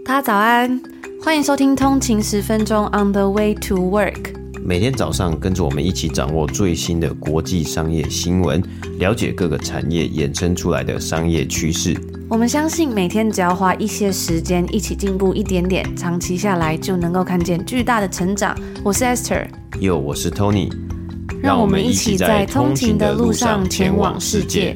大家早安，欢迎收听通勤10分钟 On the way to work。 每天早上跟着我们一起掌握最新的国际商业新闻，了解各个产业衍生出来的商业趋势。 我们相信每天只要花一些时间一起进步一点点，长期下来就能够看见巨大的成长。我是 Esther， 我是 Tony， 让我们一起在通勤的路上前往世界。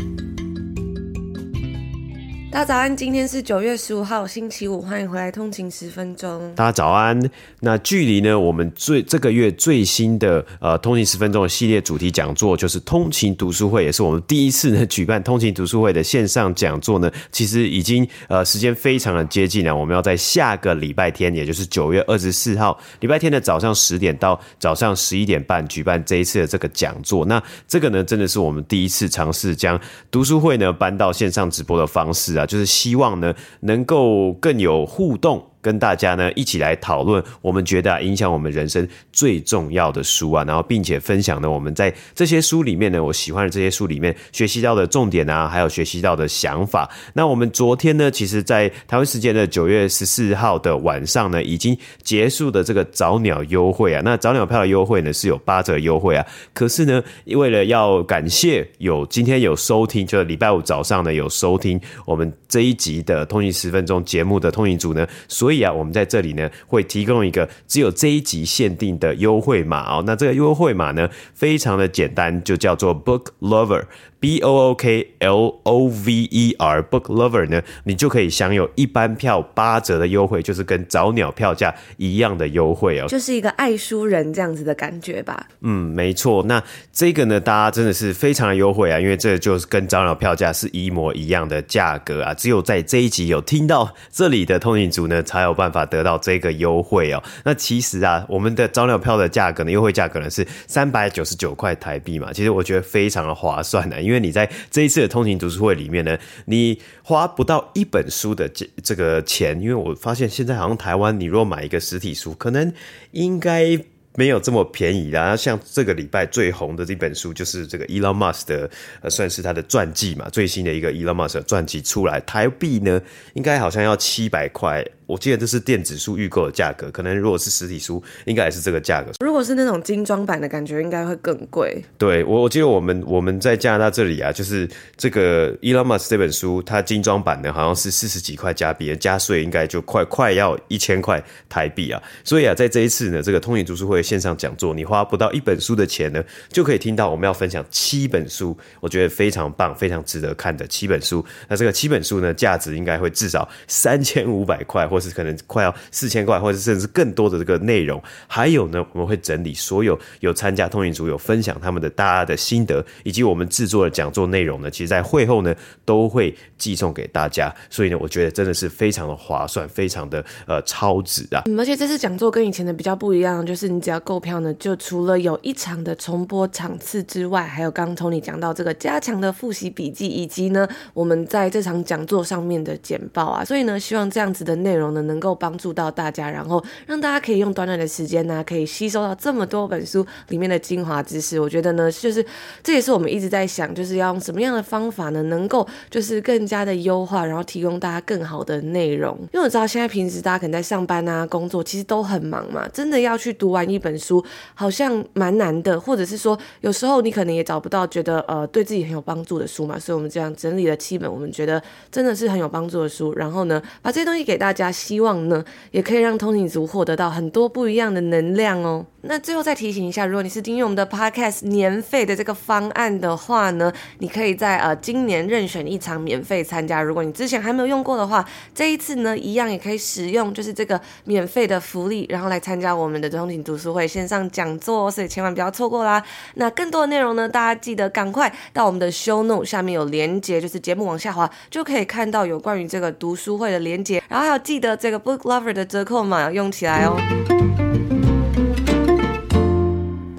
大家早安，今天是9月15号星期五，欢迎回来通勤10分钟。 大家早安。那距离呢我们这个月最新的通勤10分钟的系列主题讲座，就是通勤读书会，也是我们第一次呢举办通勤读书会的线上讲座呢，其实已经时间非常的接近了。我们要在下个礼拜天，也就是9月24号礼拜天的早上10点到早上11点半举办这一次的这个讲座。那这个呢真的是我们第一次尝试将读书会呢搬到线上直播的方式啊，就是希望呢能够更有互动，跟大家呢一起来讨论我们觉得影响我们人生最重要的书啊，然后并且分享呢我们在这些书里面呢，我喜欢的这些书里面学习到的重点啊，还有学习到的想法。那我们昨天呢，其实在台湾时间的9月14号的晚上呢，已经结束的这个早鸟优惠啊，那早鸟票的优惠呢是有8折优惠啊，可是呢为了要感谢今天有收听，就是礼拜五早上呢有收听我们这一集的通勤10分钟节目的通勤族呢，所以我们在这里呢会提供一个只有这一集限定的优惠码哦。那这个优惠码呢非常的简单，就叫做 Book Lover BOOKLOVER Book Lover 呢，你就可以享有一般票8折的优惠，就是跟早鸟票价一样的优惠哦， 就是一个爱书人这样子的感觉吧。 没错。那这个呢大家真的是非常的优惠啊，因为这就是跟早鸟票价是一模一样的价格啊，只有在这一集有听到这里的通勤族呢才有办法得到这个优惠哦。那其实啊我们的早鸟票的价格呢，优惠价格呢是399块台币嘛，其实我觉得非常的划算啊，因为你在这一次的通勤读书会里面呢，你花不到一本书的这个钱，因为我发现现在好像台湾你如果买一个实体书，可能应该没有这么便宜啦。像这个礼拜最红的这本书就是这个 Elon Musk 的算是他的传记嘛，最新的一个 Elon Musk 的传记出来，台币呢应该好像要700块，我记得这是电子书预购的价格，可能如果是实体书应该也是这个价格。 如果是那种精装版的感觉应该会更贵。 对，我记得我们在加拿大这里啊，就是这个 Elon Musk 这本书它精装版的好像是40几块加币，加税应该就快要1000块台币啊。所以啊在这一次呢这个通勤读书会线上讲座，你花不到一本书的钱呢，就可以听到我们要分享7本书，我觉得非常棒非常值得看的7本书。那这个7本书呢价值应该会至少3500块，或是可能快要4000块，或者甚至更多的这个内容。还有呢我们会整理所有参加通勤族有分享他们的大家的心得，以及我们制作的讲座内容呢，其实在会后呢都会寄送给大家。所以呢我觉得真的是非常的划算，非常的超值啊。 而且这次讲座跟以前的比较不一样，就是你只要购票呢，就除了有1场的重播场次之外，还有刚刚 Tony 讲到这个加强的复习笔记，以及呢我们在这场讲座上面的简报啊。所以呢希望这样子的内容呢能够帮助到大家，然后让大家可以用短短的时间呢可以吸收到这么多本书里面的精华知识。我觉得呢就是这也是我们一直在想，就是要用什么样的方法呢能够就是更加的优化，然后提供大家更好的内容。因为我知道现在平时大家可能在上班啊工作其实都很忙嘛，真的要去读完一本书好像蛮难的，或者是说有时候你可能也找不到觉得对自己很有帮助的书嘛。所以我们这样整理了7本我们觉得真的是很有帮助的书，然后呢把这些东西给大家，希望呢也可以让通勤族获得到很多不一样的能量哦。那最后再提醒一下，如果你是订阅我们的 Podcast 年费的这个方案的话呢，你可以在今年任选1场免费参加。如果你之前还没有用过的话，这一次呢一样也可以使用就是这个免费的福利，然后来参加我们的通勤读书会线上讲座，所以千万不要错过啦。那更多的内容呢，大家记得赶快到我们的 show note 下面有连结，就是节目往下滑就可以看到有关于这个读书会的连结，然后还有记得这个 Book Lover 的折扣码要用起来哦。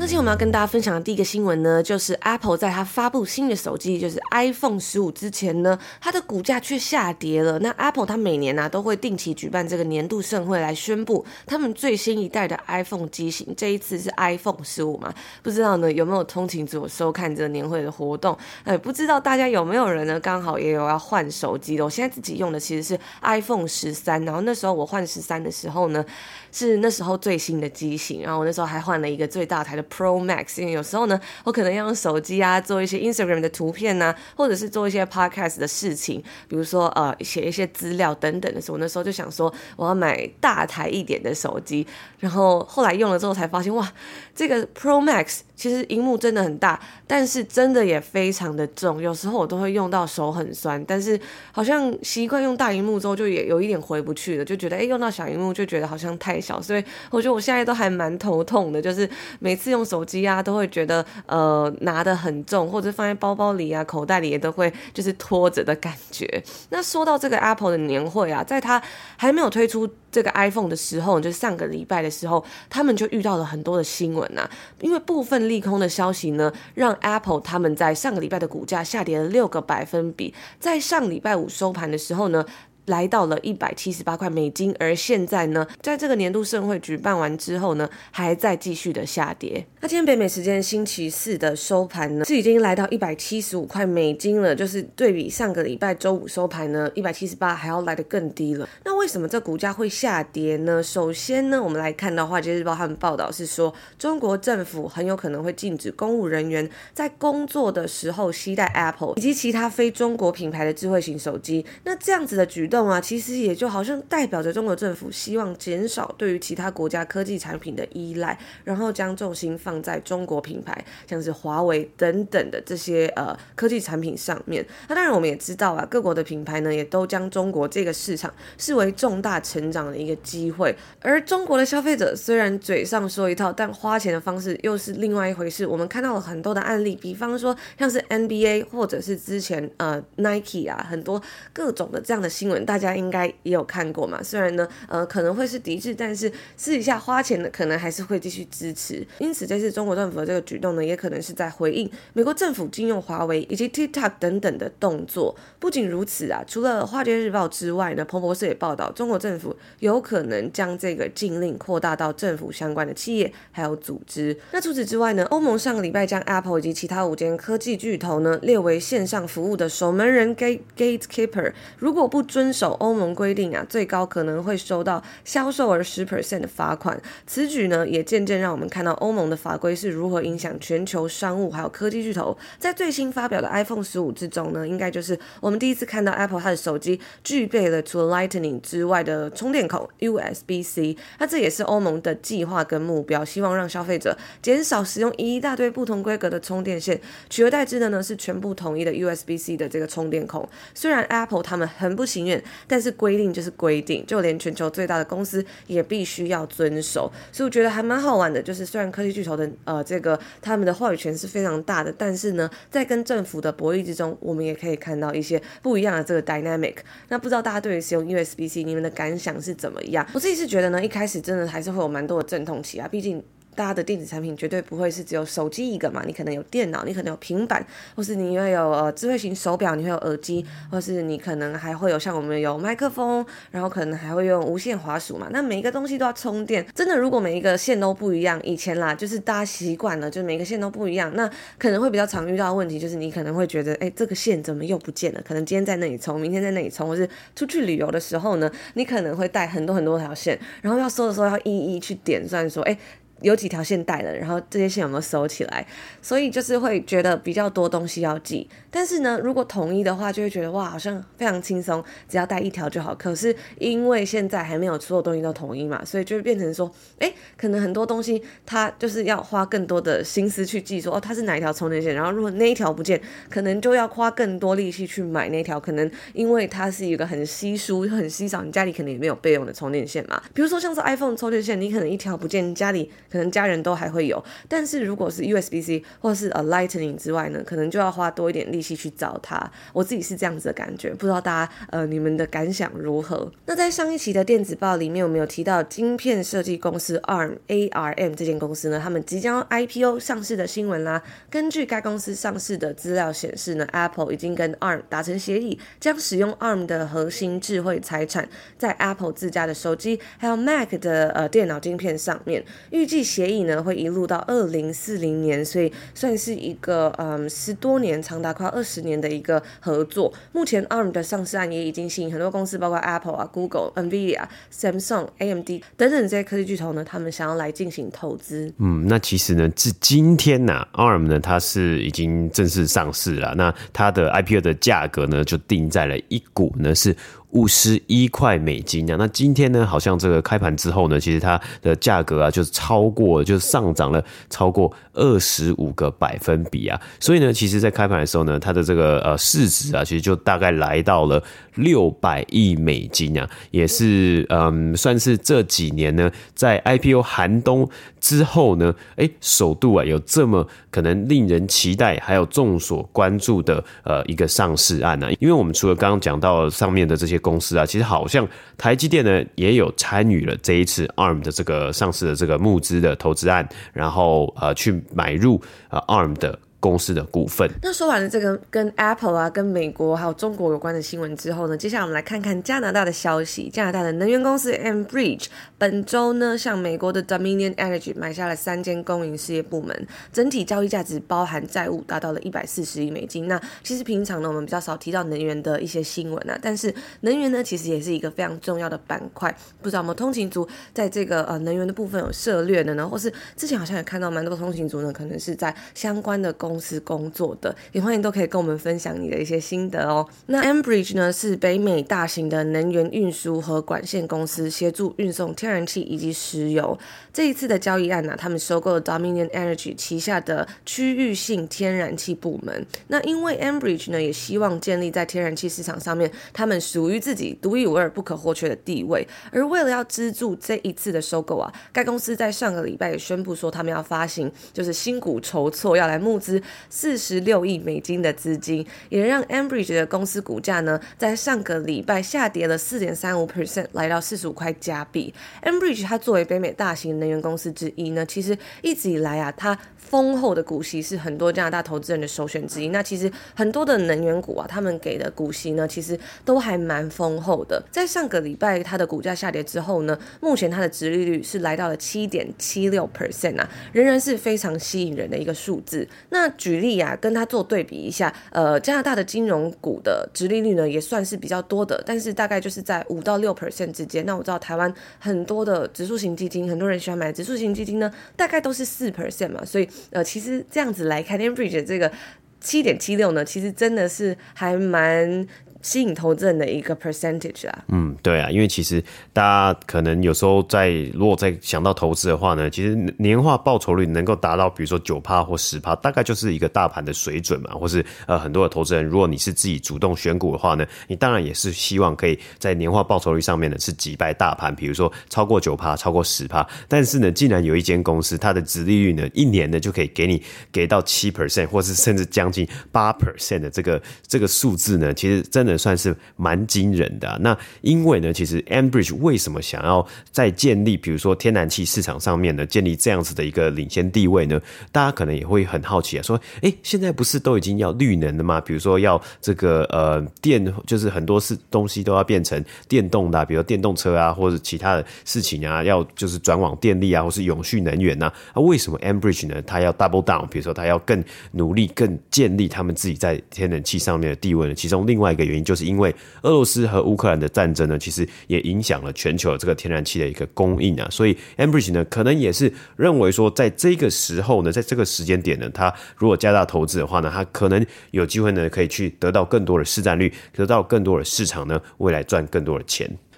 今天我们要跟大家分享的第一个新闻呢，就是 Apple 在它发布新的手机，就是 iPhone 15之前呢，它的股价却下跌了。那 Apple 它每年都会定期举办这个年度盛会来宣布他们最新一代的 iPhone 机型，这一次是 iPhone 15嘛？不知道呢有没有通勤族收看这个年会的活动？不知道大家有没有人呢刚好也有要换手机的？我现在自己用的其实是 iPhone 13，然后那时候我换13的时候呢，是那时候最新的机型，然后我那时候还换了一个最大台的 Pro Max， 因为有时候呢我可能要用手机做一些 Instagram 的图片或者是做一些 podcast 的事情，比如说写一些资料等等的时候，我那时候就想说我要买大台一点的手机，然后后来用了之后才发现，哇，这个 Pro Max 其实萤幕真的很大，但是真的也非常的重，有时候我都会用到手很酸，但是好像习惯用大萤幕之后就也有一点回不去了，就觉得用到小萤幕就觉得好像太小，所以我觉得我现在都还蛮头痛的，就是每次用手机都会觉得拿得很重，或者放在包包里口袋里也都会就是拖着的感觉。那说到这个 Apple 的年会在它还没有推出这个 iPhone 的时候，就上个礼拜的时候，他们就遇到了很多的新闻因为部分利空的消息呢，让 Apple 他们在上个礼拜的股价下跌了6个百分比，在上礼拜五收盘的时候呢，来到了178块美金，而现在呢，在这个年度盛会举办完之后呢，还在继续的下跌。那今天北美时间星期四的收盘呢，是已经来到175块美金了，就是对比上个礼拜周五收盘呢178还要来得更低了。那为什么这股价会下跌呢？首先呢，我们来看到华尔街日报他们报道是说，中国政府很有可能会禁止公务人员在工作的时候携带 Apple 以及其他非中国品牌的智慧型手机。那这样子的举动其实也就好像代表着中国政府希望减少对于其他国家科技产品的依赖，然后将重心放在中国品牌，像是华为等等的这些科技产品上面。那当然我们也知道各国的品牌呢也都将中国这个市场视为重大成长的一个机会，而中国的消费者虽然嘴上说一套，但花钱的方式又是另外一回事。我们看到了很多的案例，比方说像是 NBA 或者是之前Nike 很多各种的这样的新闻，大家应该也有看过嘛。虽然呢可能会是抵制，但是私底下花钱的可能还是会继续支持。因此这次中国政府的这个举动呢，也可能是在回应美国政府禁用华为以及 TikTok 等等的动作。不仅如此除了华尔街日报之外呢，彭博社也报道中国政府有可能将这个禁令扩大到政府相关的企业还有组织。那除此之外呢，欧盟上个礼拜将 Apple 以及其他5间科技巨头呢列为线上服务的守门人 Gatekeeper， 如果不遵守欧盟规定最高可能会收到销售额 10% 的罚款。此举呢也渐渐让我们看到欧盟的法规是如何影响全球商务还有科技巨头。在最新发表的 iPhone 15之中呢，应该就是我们第一次看到 Apple 它的手机具备了除了 Lightning 之外的充电孔 USB-C。 那这也是欧盟的计划跟目标，希望让消费者减少使用一大堆不同规格的充电线，取而代之的呢是全部统一的 USB-C 的这个充电孔。虽然 Apple 他们很不情愿，但是规定就是规定，就连全球最大的公司也必须要遵守。所以我觉得还蛮好玩的，就是虽然科技巨头的这个他们的话语权是非常大的，但是呢在跟政府的博弈之中，我们也可以看到一些不一样的这个 dynamic。 那不知道大家对于使用 USB-C 你们的感想是怎么样？我自己是觉得呢，一开始真的还是会有蛮多的阵痛期毕竟大家的电子产品绝对不会是只有手机一个嘛，你可能有电脑，你可能有平板，或是你会有智慧型手表，你会有耳机，或是你可能还会有像我们有麦克风，然后可能还会用无线滑鼠嘛。那每一个东西都要充电，真的如果每一个线都不一样，以前啦就是大家习惯了，就是每个线都不一样，那可能会比较常遇到的问题就是你可能会觉得这个线怎么又不见了，可能今天在那里充，明天在那里充，或是出去旅游的时候呢，你可能会带很多条线，然后要收的时候要一一去点算说有几条线带了，然后这些线有没有收起来，所以就是会觉得比较多东西要记。但是呢如果统一的话，就会觉得哇好像非常轻松，只要带一条就好。可是因为现在还没有所有东西都统一嘛，所以就会变成说可能很多东西它就是要花更多的心思去记说它是哪一条充电线，然后如果那一条不见，可能就要花更多力气去买那条，可能因为它是一个很稀疏很稀少，你家里可能也没有备用的充电线嘛。比如说像是 iPhone 充电线，你可能一条不见，家里可能家人都还会有，但是如果是 USB-C 或是Lightning 之外呢，可能就要花多一点力气去找它。我自己是这样子的感觉，不知道大家你们的感想如何？那在上一期的电子报里面，我们有提到晶片设计公司 ARM 这间公司呢，他们即将 IPO 上市的新闻啦。根据该公司上市的资料显示呢， Apple 已经跟 ARM 达成协议，将使用 ARM 的核心智慧财产在 Apple 自家的手机还有 Mac 的电脑晶片上面。预计协议呢会一路到2040年，所以算是一个10多年，长达快20年的一个合作。目前 ARM 的上市案也已经吸引很多公司，包括 Apple 啊、Google、Nvidia、Samsung、AMD 等等这些科技巨头呢，他们想要来进行投资。 那其实呢，至今天ARM 呢，它是已经正式上市了。那它的 IPO 的价格呢，就定在了一股呢是51块美金啊。那今天呢，好像这个开盘之后呢，其实它的价格啊，就是上涨了超过25个百分比啊。所以呢，其实在开盘的时候呢，它的这个市值啊，其实就大概来到了600亿美金啊，也是算是这几年呢，在 IPO 寒冬之后呢，首度啊有这么可能令人期待还有众所关注的一个上市案啊。因为我们除了刚刚讲到上面的这些公司啊，其实好像台积电呢也有参与了这一次 ARM 的这个上市的这个募资的投资案，然后去买入ARM 的公司的股份。 那说完了这个跟 Apple 啊、跟美国还有中国有关的新闻之后呢，接下来我们来看看加拿大的消息。加拿大的能源公司 Enbridge 本周呢向美国的 Dominion Energy 买下了3间公营事业部门，整体交易价值包含债务达到了140亿美金。那其实平常呢我们比较少提到能源的一些新闻啊，但是能源呢其实也是一个非常重要的板块。不知道有没有通勤族在这个能源的部分有涉猎的呢？或是之前好像也看到蛮多通勤族呢，可能是在相关的公司工作的，也欢迎都可以跟我们分享你的一些心得哦。那 Enbridge 呢是北美大型的能源运输和管线公司，协助运送天然气以及石油。这一次的交易案他们收购了 Dominion Energy 旗下的区域性天然气部门。那因为 Enbridge 呢也希望建立在天然气市场上面他们属于自己独一无二不可或缺的地位，而为了要资助这一次的收购啊，该公司在上个礼拜也宣布说他们要发行就是新股筹措，要来募资46亿美金的资金，也让 Enbridge 的公司股价呢在上个礼拜下跌了 4.35%， 来到45块加币。Enbridge 它作为北美大型能源公司之一呢，其实一直以来它丰厚的股息是很多加拿大投资人的首选之一。那其实很多的能源股他们给的股息呢其实都还蛮丰厚的。在上个礼拜它的股价下跌之后呢，目前它的殖利率是来到了 7.76% 仍然是非常吸引人的一个数字。那举例跟它做对比一下，加拿大的金融股的殖利率呢也算是比较多的，但是大概就是在5到6% 之间。那我知道台湾很多的指数型基金，很多人喜欢买指数型基金呢，大概都是 4% 嘛，所以其实这样子来看 Enbridge 的这个 7.76 呢，其实真的是还蛮吸引投资人的一个 percentage 啦。 对啊，因为其实大家可能有时候如果在想到投资的话呢，其实年化报酬率能够达到比如说 9% 或 10%， 大概就是一个大盘的水准嘛。或是很多的投资人，如果你是自己主动选股的话呢，你当然也是希望可以在年化报酬率上面呢是击败大盘，比如说超过 9%、超过 10%。但是呢，竟然有一间公司它的殖利率呢，一年呢就可以给到 7%， 或是甚至将近 8% 的这个数字呢，其实真的算是蛮惊人的那因为呢，其实 Enbridge 为什么想要在建立比如说天然气市场上面呢建立这样子的一个领先地位呢？大家可能也会很好奇说现在不是都已经要绿能了吗？比如说要这个电，就是很多东西都要变成电动的比如说电动车啊，或者其他的事情啊，要就是转往电力啊，或是永续能源啊。为什么 Enbridge 呢它要 double down， 比如说它要更努力更建立他们自己在天然气上面的地位呢？其中另外一个原因就是因为俄罗斯和乌克兰的战争呢，其实也影响了全球的这个天然气的一个供应啊，所以 Enbridge 呢，可能也是认为说，在这个时候呢，在这个时间点呢，它如果加大投资的话呢，它可能有机会呢，可以去得到更多的市占率，得到更多的市场呢，未来赚更多的钱。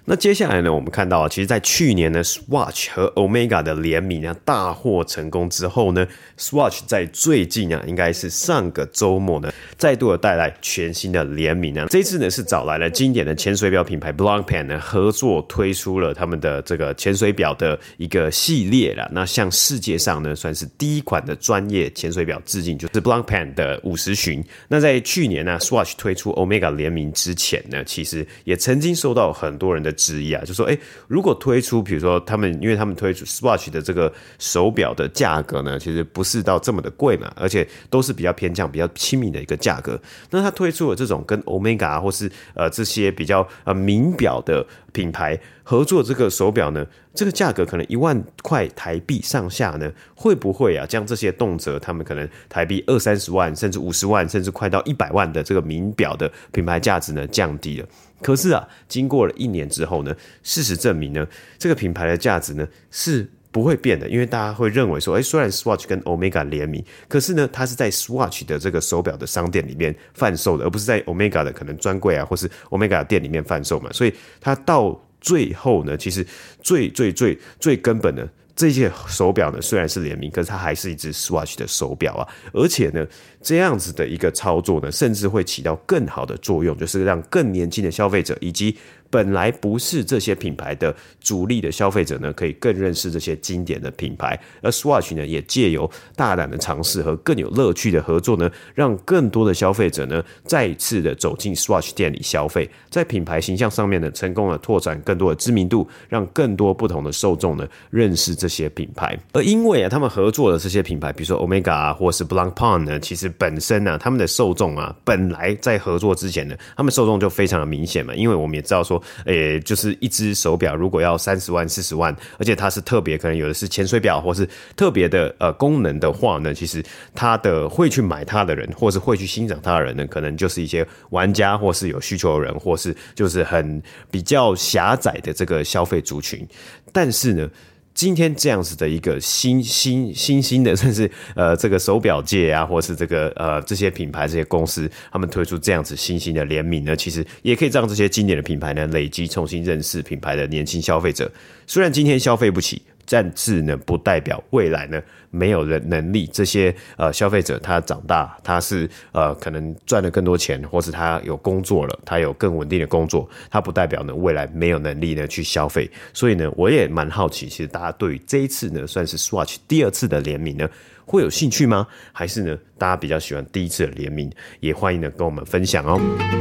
那接下来呢，我们看到其实在去年呢 Swatch 和 Omega 的联名大获成功之后呢， Swatch 在最近应该是上个周末呢再度的带来全新的联名这一次呢是找来了经典的潜水表品牌 Blancpain 呢合作推出了他们的这个潜水表的一个系列啦。那向世界上呢算是第一款的专业潜水表致敬，就是 Blancpain 的50巡。那在去年Swatch 推出 Omega 联名之前呢，其实也曾经受到很多人的质疑就说如果推出比如说因为他们推出 Swatch 的这个手表的价格呢其实不是到这么的贵嘛，而且都是比较偏向比较亲民的一个价格，那他推出了这种跟 Omega 或是这些比较名表的品牌合作这个手表呢，这个价格可能1万块台币上下呢，会不会将这些动辄他们可能台币20-30万甚至50万甚至快到100万的这个名表的品牌价值呢降低了。可是经过了1年之后呢，事实证明呢，这个品牌的价值呢是不会变的，因为大家会认为说虽然 Swatch 跟 Omega 联名，可是呢它是在 Swatch 的这个手表的商店里面贩售的，而不是在 Omega 的可能专柜或是 Omega 的店里面贩售嘛，所以它到最后呢，其实最根本的这些手表呢虽然是联名，可是它还是一只 Swatch 的手表而且呢这样子的一个操作呢，甚至会起到更好的作用，就是让更年轻的消费者以及本来不是这些品牌的主力的消费者呢，可以更认识这些经典的品牌。而 Swatch 呢，也借由大胆的尝试和更有乐趣的合作呢，让更多的消费者呢，再次的走进 Swatch 店里消费，在品牌形象上面呢，成功的拓展更多的知名度，让更多不同的受众呢，认识这些品牌。而因为他们合作的这些品牌，比如说 Omega 或是 Blancpain 呢，其实本身他们的受众本来在合作之前呢，他们受众就非常的明显嘛，因为我们也知道说就是一只手表如果要30万40万，而且它是特别可能有的是潜水表或是特别的功能的话呢，其实它的会去买它的人或是会去欣赏它的人呢，可能就是一些玩家或是有需求的人，或是就是很比较狭窄的这个消费族群。但是呢今天这样子的一个新兴的，甚至这个手表界或是这个这些品牌这些公司，他们推出这样子新兴的联名呢，其实也可以让这些经典的品牌呢累积重新认识品牌的年轻消费者。虽然今天消费不起，但是呢不代表未来呢没有人能力，这些消费者他长大，他是可能赚了更多钱，或是他有工作了，他有更稳定的工作，他不代表呢未来没有能力呢去消费。所以呢我也蛮好奇，其实大家对于这一次呢算是 Swatch 第2次的联名呢会有兴趣吗？还是呢大家比较喜欢第1次的联名？也欢迎呢跟我们分享哦。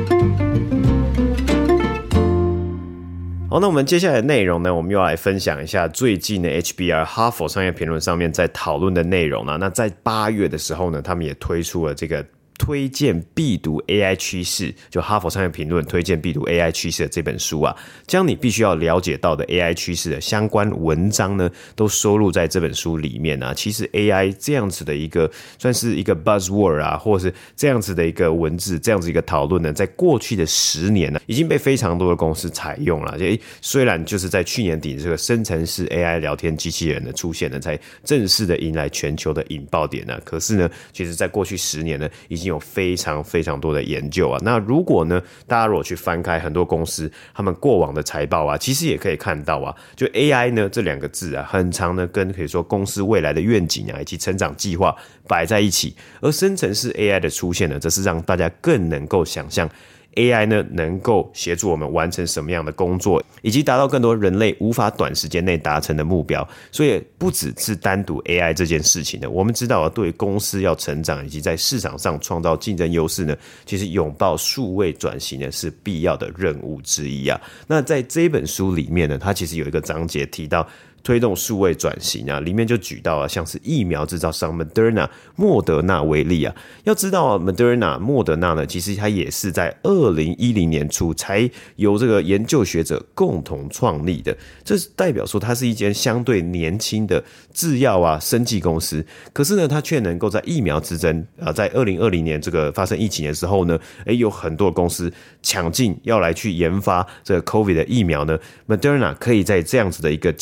好，那我们接下来的内容呢，我们又要来分享一下最近的 HBR 哈佛商业评论上面在讨论的内容那在8月的时候呢，他们也推出了这个推荐必读 AI 趋势，就哈佛商业评论推荐必读 AI 趋势的这本书将你必须要了解到的 AI 趋势的相关文章呢，都收录在这本书里面其实 AI 这样子的一个算是一个 buzzword或是这样子的一个文字，这样子一个讨论呢，在过去的10年已经被非常多的公司采用了。虽然就是在去年底这个生成式 AI 聊天机器人的出现呢，才正式的迎来全球的引爆点可是呢，其实在过去10年呢，已经有非常非常多的研究那如果呢，大家如果去翻开很多公司他们过往的财报其实也可以看到就 AI 呢这2个字很常呢跟可以说公司未来的愿景以及成长计划摆在一起。而生成式 AI 的出现呢，则是让大家更能够想象AI 呢能够协助我们完成什么样的工作，以及达到更多人类无法短时间内达成的目标。所以不只是单独 AI 这件事情呢，我们知道对公司要成长以及在市场上创造竞争优势呢，其实拥抱数位转型呢是必要的任务之一那在这本书里面呢，它其实有一个章节提到推动数位转型里面就举到像是疫苗制造商 Moderna 莫德纳为例要知道Moderna 莫德纳呢，其实它也是在2010年初才由这个研究学者共同创立的，这代表说它是一间相对年轻的制药生技公司。可是呢，它却能够在疫苗之争在2020年这个发生疫情的时候呢，有很多公司抢进要来去研发这个 COVID 的疫苗呢， Moderna 可以在这样子的一个竞争之中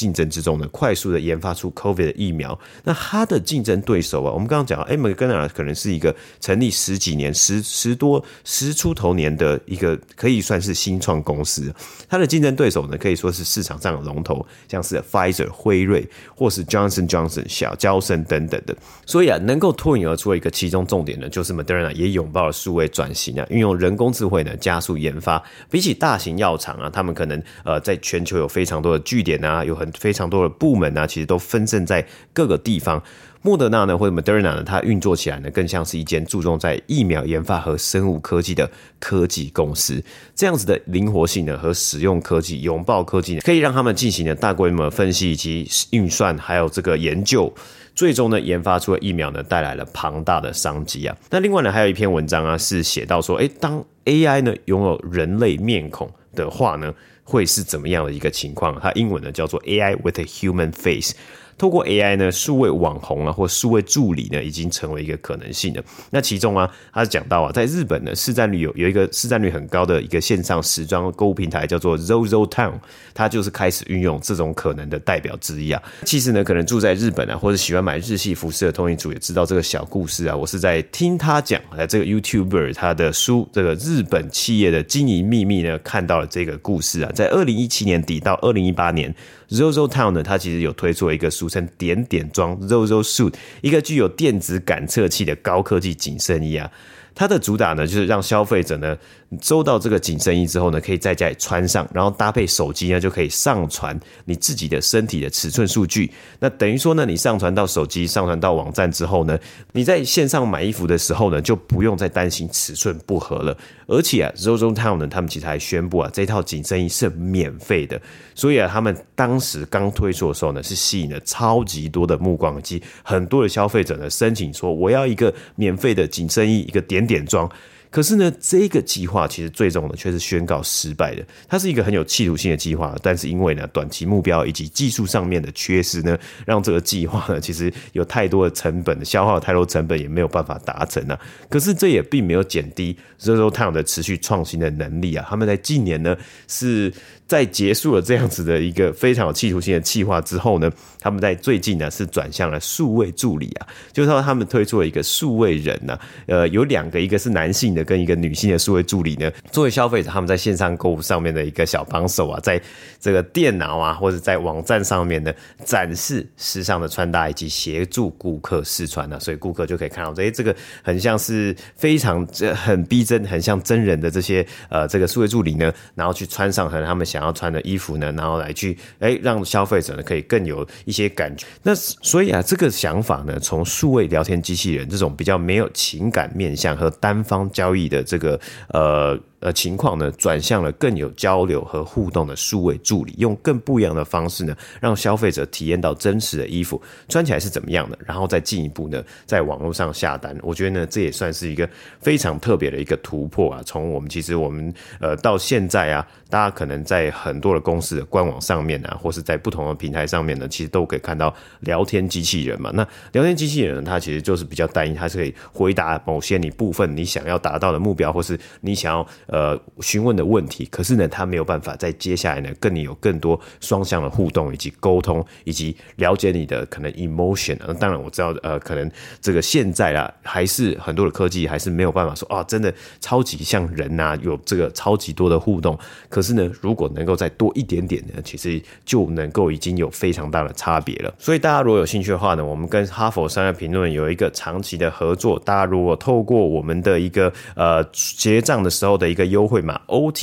中呢，快速的研发出 COVID 的疫苗。那它的竞争对手啊，我们刚刚讲Moderna 可能是一个成立10几年、10出头年的一个可以算是新创公司。它的竞争对手呢，可以说是市场上的龙头，像是 Pfizer 辉瑞或是 Johnson Johnson 小嬌生等等的。所以啊，能够脱颖而出的一个其中重点呢，就是 Moderna 也拥抱了数位转型啊，运用人工智慧呢加速研发。比起大型药厂啊，他们可能在全球有非常多的据点啊，有非常多的部门啊，其实都分散在各个地方。莫德纳呢，或者 Moderna 呢，它运作起来呢，更像是一间注重在疫苗研发和生物科技的科技公司。这样子的灵活性呢，和使用科技、拥抱科技呢，可以让他们进行了大规模的分析以及运算，还有这个研究。最终呢，研发出的疫苗呢，带来了庞大的商机啊。那另外呢，还有一篇文章啊，是写到说，当 AI 呢拥有人类面孔的话呢，会是怎么样的一个情况？它英文呢叫做 AI with a human face。透过 AI 呢，数位网红啊，或数位助理呢，已经成为一个可能性了。那其中啊，他讲到啊，在日本呢，市占率有一个市占率很高的一个线上时装购物平台，叫做 ZOZOTOWN， 它就是开始运用这种可能的代表之一啊。其实呢，可能住在日本啊，或者喜欢买日系服饰的通勤族也知道这个小故事啊。我是在听他讲，这个 YouTuber 他的书，这个日本企业的经营秘密呢，看到了这个故事啊。在2017年底到2018年。ZOZOTOWN 呢，它其实有推出了一个俗称点点装 ZOZOSUIT， 一个具有电子感测器的高科技紧身衣啊。它的主打呢，就是让消费者呢收到这个紧身衣之后呢，可以在家里穿上，然后搭配手机呢，就可以上传你自己的身体的尺寸数据。那等于说呢，你上传到手机、上传到网站之后呢，你在线上买衣服的时候呢，就不用再担心尺寸不合了。而且啊 ，ZOZOTOWN 呢，他们其实还宣布啊，这套紧身衣是免费的。所以啊，他们当时刚推出的时候呢，是吸引了超级多的目光，以及很多的消费者呢申请说，我要一个免费的紧身衣，一个点点装。可是呢，这个计划其实最终呢却是宣告失败的。它是一个很有企图性的计划，但是因为呢短期目标以及技术上面的缺失呢，让这个计划呢其实有太多的成本，消耗太多成本，也没有办法达成啊。可是这也并没有减低 ZOZOTOWN 的持续创新的能力啊。他们在近年呢是在结束了这样子的一个非常有企图性的计划之后呢，他们在最近呢是转向了数位助理啊，就是说他们推出了一个数位人啊，有两个，一个是男性的跟一个女性的数位助理呢，作为消费者他们在线上购物上面的一个小帮手啊，在这个电脑啊或者在网站上面呢展示时尚的穿搭以及协助顾客试穿啊，所以顾客就可以看到这个很像是非常很逼真，很像真人的这些这个数位助理呢，然后去穿上他们想要穿的衣服呢，然后来去让消费者呢可以更有一些感觉。那所以啊，这个想法呢，从数位聊天机器人这种比较没有情感面向和单方交易的这个情况呢，转向了更有交流和互动的数位助理，用更不一样的方式呢，让消费者体验到真实的衣服穿起来是怎么样的，然后再进一步呢，在网络上下单。我觉得呢，这也算是一个非常特别的一个突破啊。从我们到现在啊，大家可能在很多的公司的官网上面啊，或是在不同的平台上面呢，其实都可以看到聊天机器人嘛。那聊天机器人呢，它其实就是比较单一，它是可以回答某些你部分你想要达到的目标，或是你想要询问的问题，可是呢，他没有办法在接下来呢，跟你有更多双向的互动以及沟通，以及了解你的可能 emotion。当然我知道，可能这个现在啦，还是很多的科技还是没有办法说啊，真的超级像人啊，有这个超级多的互动。可是呢，如果能够再多一点点呢，其实就能够已经有非常大的差别了。所以大家如果有兴趣的话呢，我们跟哈佛商业评论有一个长期的合作。大家如果透过我们的一个结账的时候的一个优惠码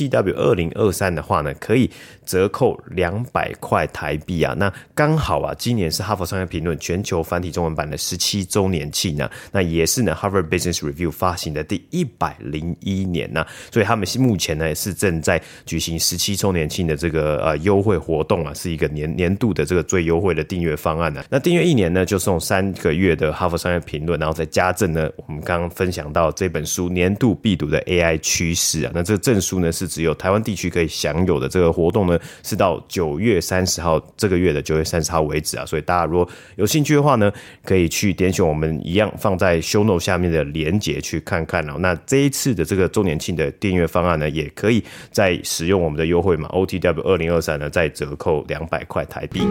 OTW2023 的话呢，可以折扣200块台币啊。那刚好啊，今年是哈佛商业评论全球繁体中文版的17周年庆呢，那也是呢 Harvard Business Review 发行的第101年呢，所以他们目前呢是正在举行17周年庆的这个优惠活动啊，是一个年度的这个最优惠的订阅方案啊。那订阅1年呢就送3个月的哈佛商业评论，然后再加赠呢我们刚刚分享到这本书年度必读的 AI 趋势啊。那这个证书呢是只有台湾地区可以享有的，这个活动呢是到9月30号，这个月的9月30号为止啊。所以大家如果有兴趣的话呢，可以去点选我们一样放在 show note 下面的连结去看看哦。那这一次的这个周年庆的订阅方案呢，也可以在使用我们的优惠码 OTW2023 呢再折扣200块台币。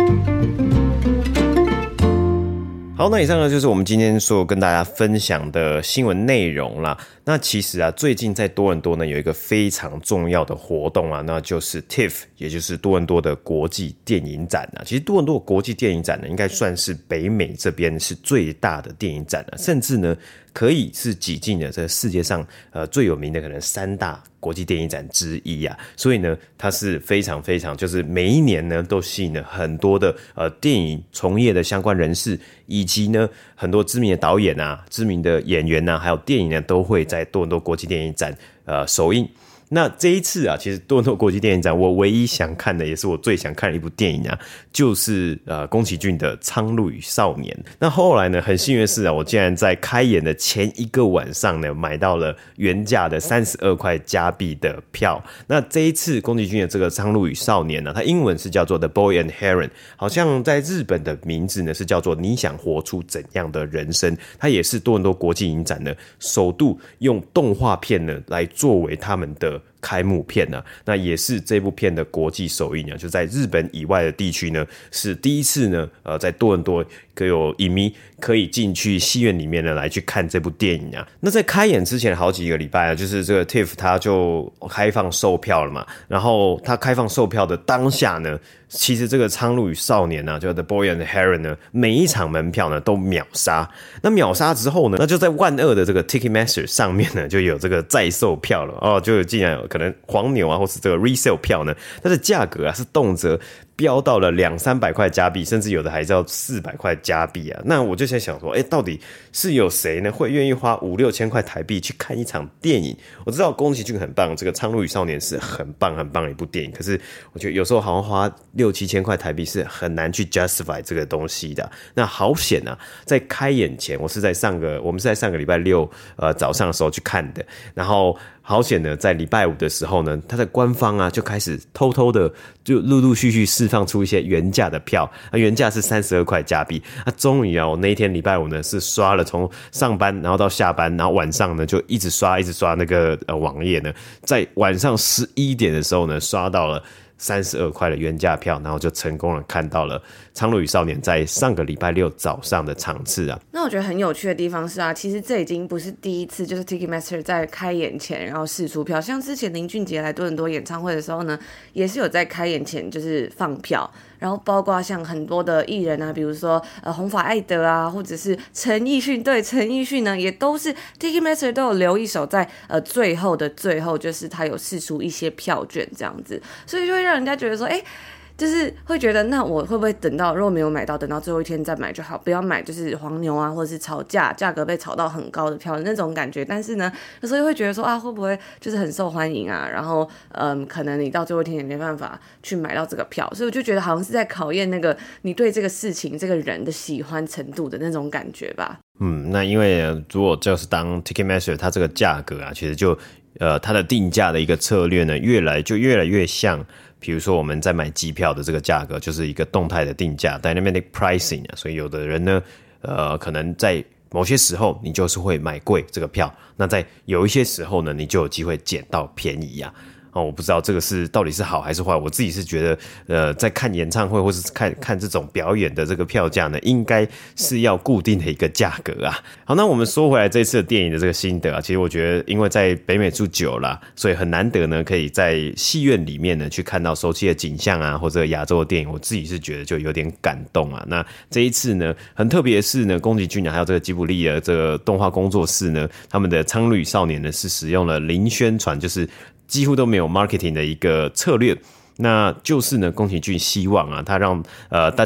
好，那以上呢就是我们今天所有跟大家分享的新闻内容啦。那其实啊，最近在多伦多呢有一个非常重要的活动啊，那就是 TIFF， 也就是多伦多的国际电影展啊。其实多伦多的国际电影展呢，应该算是北美这边是最大的电影展啊，甚至呢可以是挤进了这个世界上最有名的可能3大国际电影展之一啊。所以呢，它是非常非常，就是每一年呢都吸引了很多的电影从业的相关人士，以及呢很多知名的导演啊、知名的演员啊，还有电影呢都会在多伦多国际电影展首映。那这一次啊，其实多伦多国际电影展我唯一想看的，也是我最想看的一部电影啊，就是宫崎骏的《苍鹭与少年》。那后来呢，很幸运的是啊，我竟然在开演的前一个晚上呢，买到了原价的32块加币的票。那这一次宫崎骏的这个《苍鹭与少年》呢，它英文是叫做 The Boy and Heron， 好像在日本的名字呢是叫做你想活出怎样的人生。它也是多伦多国际影展呢首度用动画片呢来作为他们的开幕片啊，那也是这部片的国际首映啊，就在日本以外的地区呢，是第一次呢，在多伦多有影迷可以进去戏院里面呢来去看这部电影啊。那在开演之前好几个礼拜啊，就是这个 TIFF 它就开放售票了嘛，然后它开放售票的当下呢，其实这个《苍鹭与少年》啊，就 The Boy and the Heron 呢，每一场门票呢都秒杀。那秒杀之后呢，那就在120的这个 Ticketmaster 上面呢，就有这个在售票了哦，就竟然有可能黄牛啊，或是这个 resale 票呢，它的价格啊是动辄飙到了200-300块加币，甚至有的还是要400块加币啊。那我就在想说，到底是有谁呢会愿意花5-6千块台币去看一场电影？我知道宫崎骏很棒，这个《苍鹭与少年》是很棒很棒的一部电影，可是我觉得有时候好像花6-7千块台币是很难去 justify 这个东西的。那好险啊，在开演前，我们是在上个礼拜六早上的时候去看的，然后好险呢，在礼拜五的时候呢，它的官方啊就开始偷偷的就陆陆续续释放出一些原价的票，原价是32块加币。终于啊，我那一天礼拜五呢是刷了从上班然后到下班，然后晚上呢就一直刷那个网页呢，在晚上11点的时候呢刷到了32块的原价票，然后就成功的看到了《苍鹭与少年》在上个礼拜六早上的场次啊。 那我觉得很有趣的地方是啊，其实这已经不是第一次，就是 Ticketmaster 在开演前然后释出票，像之前林俊杰来多伦多演唱会的时候呢，也是有在开演前就是放票，然后包括像很多的艺人啊，比如说红发艾德啊，或者是陈奕迅，对，陈奕迅呢也都是 Ticketmaster 都有留一手在最后的最后，就是他有释出一些票券这样子，所以就会让人家觉得说，就是会觉得，那我会不会等到如果没有买到，等到最后一天再买就好，不要买就是黄牛啊，或者是炒价，价格被炒到很高的票的那种感觉。但是呢，有时候会觉得说啊，会不会就是很受欢迎啊？然后可能你到最后一天也没办法去买到这个票，所以我就觉得好像是在考验那个你对这个事情、这个人的喜欢程度的那种感觉吧。 那因为如果就是当 Ticketmaster 它这个价格啊，其实就它的定价的一个策略呢，越来越像，比如说我们在买机票的这个价格，就是一个动态的定价 dynamic pricing 啊，所以有的人呢，可能在某些时候你就是会买贵这个票，那在有一些时候呢，你就有机会捡到便宜啊。我不知道这个到底是好还是坏，我自己是觉得在看演唱会或是看这种表演的这个票价呢，应该是要固定的一个价格啊。好，那我们说回来这次的电影的这个心得啊，其实我觉得因为在北美住久了，所以很难得呢可以在戏院里面呢去看到熟悉的景象啊，或者亚洲的电影，我自己是觉得就有点感动啊。那这一次呢很特别的是呢，宫崎骏还有这个吉卜力的这个动画工作室呢，他们的《苍鹭与少年》呢是使用了零宣传，就是几乎都没有 marketing 的一个策略，那就是呢，宫崎骏希望啊，他让大家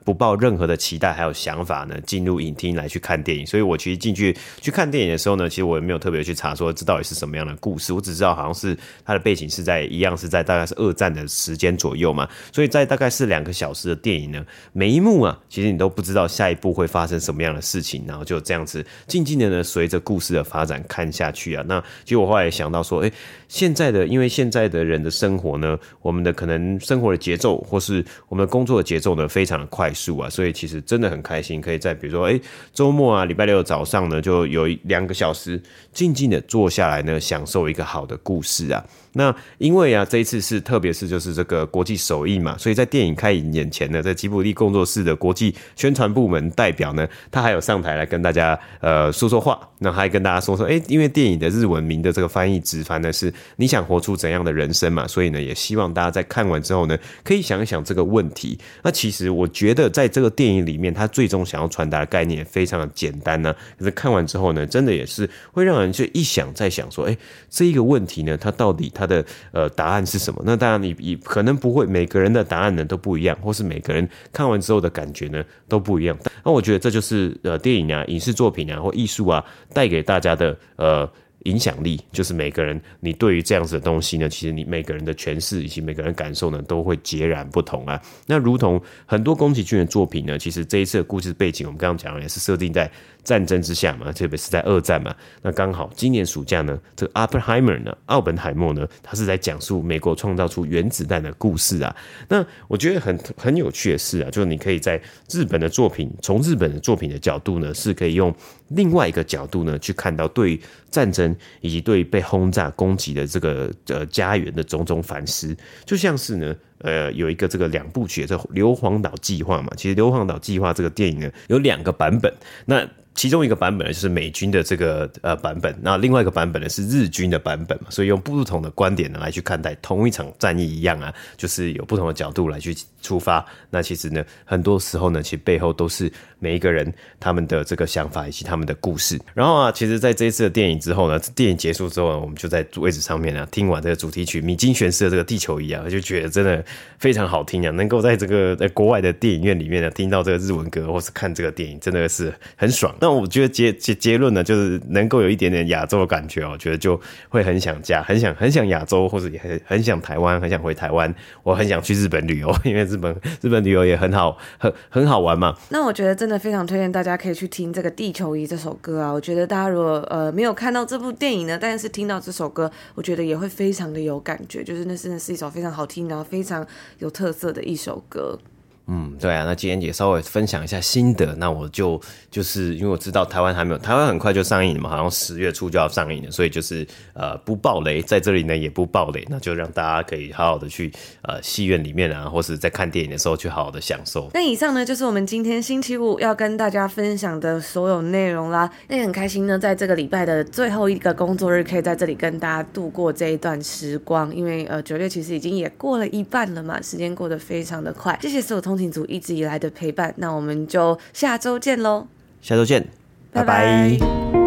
不抱任何的期待还有想法呢，进入影厅来去看电影。所以我其实进去看电影的时候呢，其实我也没有特别去查说这到底是什么样的故事，我只知道好像是它的背景是在大概是2战的时间左右嘛，所以在大概是2个小时的电影呢，每一幕啊，其实你都不知道下一步会发生什么样的事情，然后就这样子静静的呢，随着故事的发展看下去啊。那其实我后来也想到说，因为现在的人的生活呢，我们的可能生活的节奏或是我们的工作的节奏呢，非常的快速啊，所以其实真的很开心，可以在比如说周末啊，礼拜六的早上呢，就有2个小时静静的坐下来呢，享受一个好的故事啊。那因为啊，这一次是特别是就是这个国际首映嘛，所以在电影开影眼前呢，在吉卜力工作室的国际宣传部门代表呢，他还有上台来跟大家说说话，那他还跟大家说因为电影的日文名的这个翻译直翻呢是你想活出怎样的人生嘛，所以呢也希望大家在看完之后呢，可以想一想这个问题。那其实我觉得在这个电影里面，他最终想要传达的概念也非常的简单呢，可是看完之后呢，真的也是会让人就一想再想说，这一个问题呢，它到底它的答案是什么？那当然你可能不会每个人的答案呢都不一样，或是每个人看完之后的感觉呢都不一样。那我觉得这就是电影啊、影视作品啊或艺术啊带给大家的影响力，就是每个人你对于这样子的东西呢，其实你每个人的诠释以及每个人的感受呢都会截然不同啊。那如同很多宫崎骏的作品呢，其实这一次的故事背景我们刚刚讲也是设定在战争之下嘛，特别是在2战嘛。那刚好今年暑假呢，这个奥本海默呢，他是在讲述美国创造出原子弹的故事啊。那我觉得很有趣的是啊，就是你可以在从日本的作品的角度呢，是可以用另外一个角度呢去看到对于战争以及对于被轰炸攻击的这个家园的种种反思。就像是呢有一个这个2部曲的这硫磺岛计划嘛，其实硫磺岛计划这个电影呢有2个版本，那其中一个版本呢就是美军的这个版本，那另外一个版本呢是日军的版本嘛，所以用不同的观点呢来去看待同一场战役一样啊，就是有不同的角度来去出发。那其实呢很多时候呢，其实背后都是每一个人他们的这个想法以及他们的故事。然后啊，其实在这一次的电影之后呢，电影结束之后呢，我们就在位置上面啊听完这个主题曲米津玄师的这个地球仪啊，我就觉得真的非常好听啊，能够在这个在国外的电影院里面呢听到这个日文歌或是看这个电影，真的是很爽。那我觉得结论呢，就是能够有一点点亚洲的感觉，我觉得就会很想家，很想亚洲，或者也很想台湾，很想回台湾，我很想去日本旅游，因为日本旅游也很好玩嘛。 那我觉得真的非常推荐大家可以去听这个《地球仪》这首歌啊。我觉得大家如果没有看到这部电影呢，但是听到这首歌，我觉得也会非常的有感觉，就是那真的是一首非常好听，然后非常有特色的一首歌。 对啊，那今天也稍微分享一下心得。那我就是因为我知道台湾很快就上映了嘛，好像10月初就要上映了，所以就是不爆雷，在这里呢也不爆雷，那就让大家可以好好的去戏院里面啊，或是在看电影的时候去好好的享受。 那以上呢就是我们今天星期五要跟大家分享的所有内容啦。那也很开心呢，在这个礼拜的最后一个工作日，可以在这里跟大家度过这一段时光。因为9月其实已经也过了一半了嘛，时间过得非常的快。谢谢所有通勤族一直以来的陪伴，那我们就下周见咯。 下周见，拜拜。